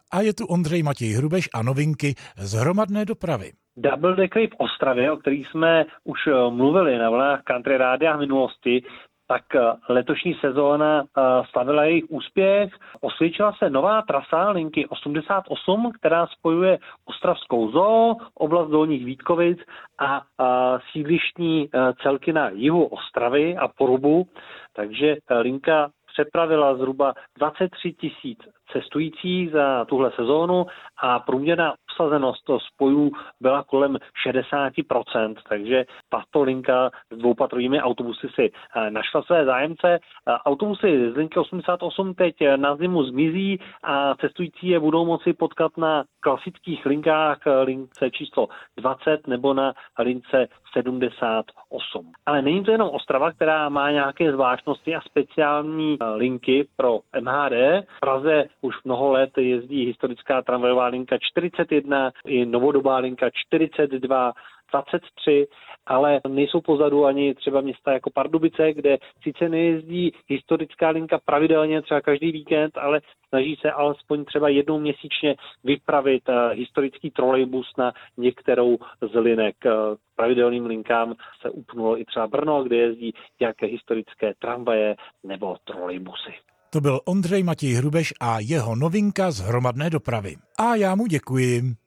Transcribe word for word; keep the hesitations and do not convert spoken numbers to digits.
A je tu Ondřej Matěj Hrubeš a novinky z hromadné dopravy. Double Deckery v Ostravě, o kterých jsme už mluvili na vlnách Country Rádia v minulosti, tak letošní sezóna slavila jejich úspěch. Osvědčila se nová trasa linky osmdesát osm, která spojuje ostravskou zoo, oblast Dolních Vítkovic a sídlištní celky na jihu Ostravy a Porubu. Takže linka přepravila zhruba dvacet tři tisíc cestujících za tuhle sezónu a průměrná obsazenost spojů byla kolem šedesát procent, takže tato linka s dvoupatrovými autobusy si našla své zájemce. Autobusy z linky osmdesát osm teď na zimu zmizí a cestující je budou moci potkat na klasických linkách, lince číslo dvacet nebo na lince sedmdesát osm. Ale není to jenom Ostrava, která má nějaké zvláštnosti a speciální linky pro M H D. V Praze už mnoho let jezdí historická tramvajová linka čtyřicet jedna i novodobá linka čtyřicet dva, dvacet tři, ale nejsou pozadu ani třeba města jako Pardubice, kde sice nejezdí historická linka pravidelně třeba každý víkend, ale snaží se alespoň třeba jednou měsíčně vypravit historický trolejbus na některou z linek. K pravidelným linkám se upnulo i třeba Brno, kde jezdí jak historické tramvaje nebo trolejbusy. To byl Ondřej Matěj Hrubeš a jeho novinka z hromadné dopravy. A já mu děkuji.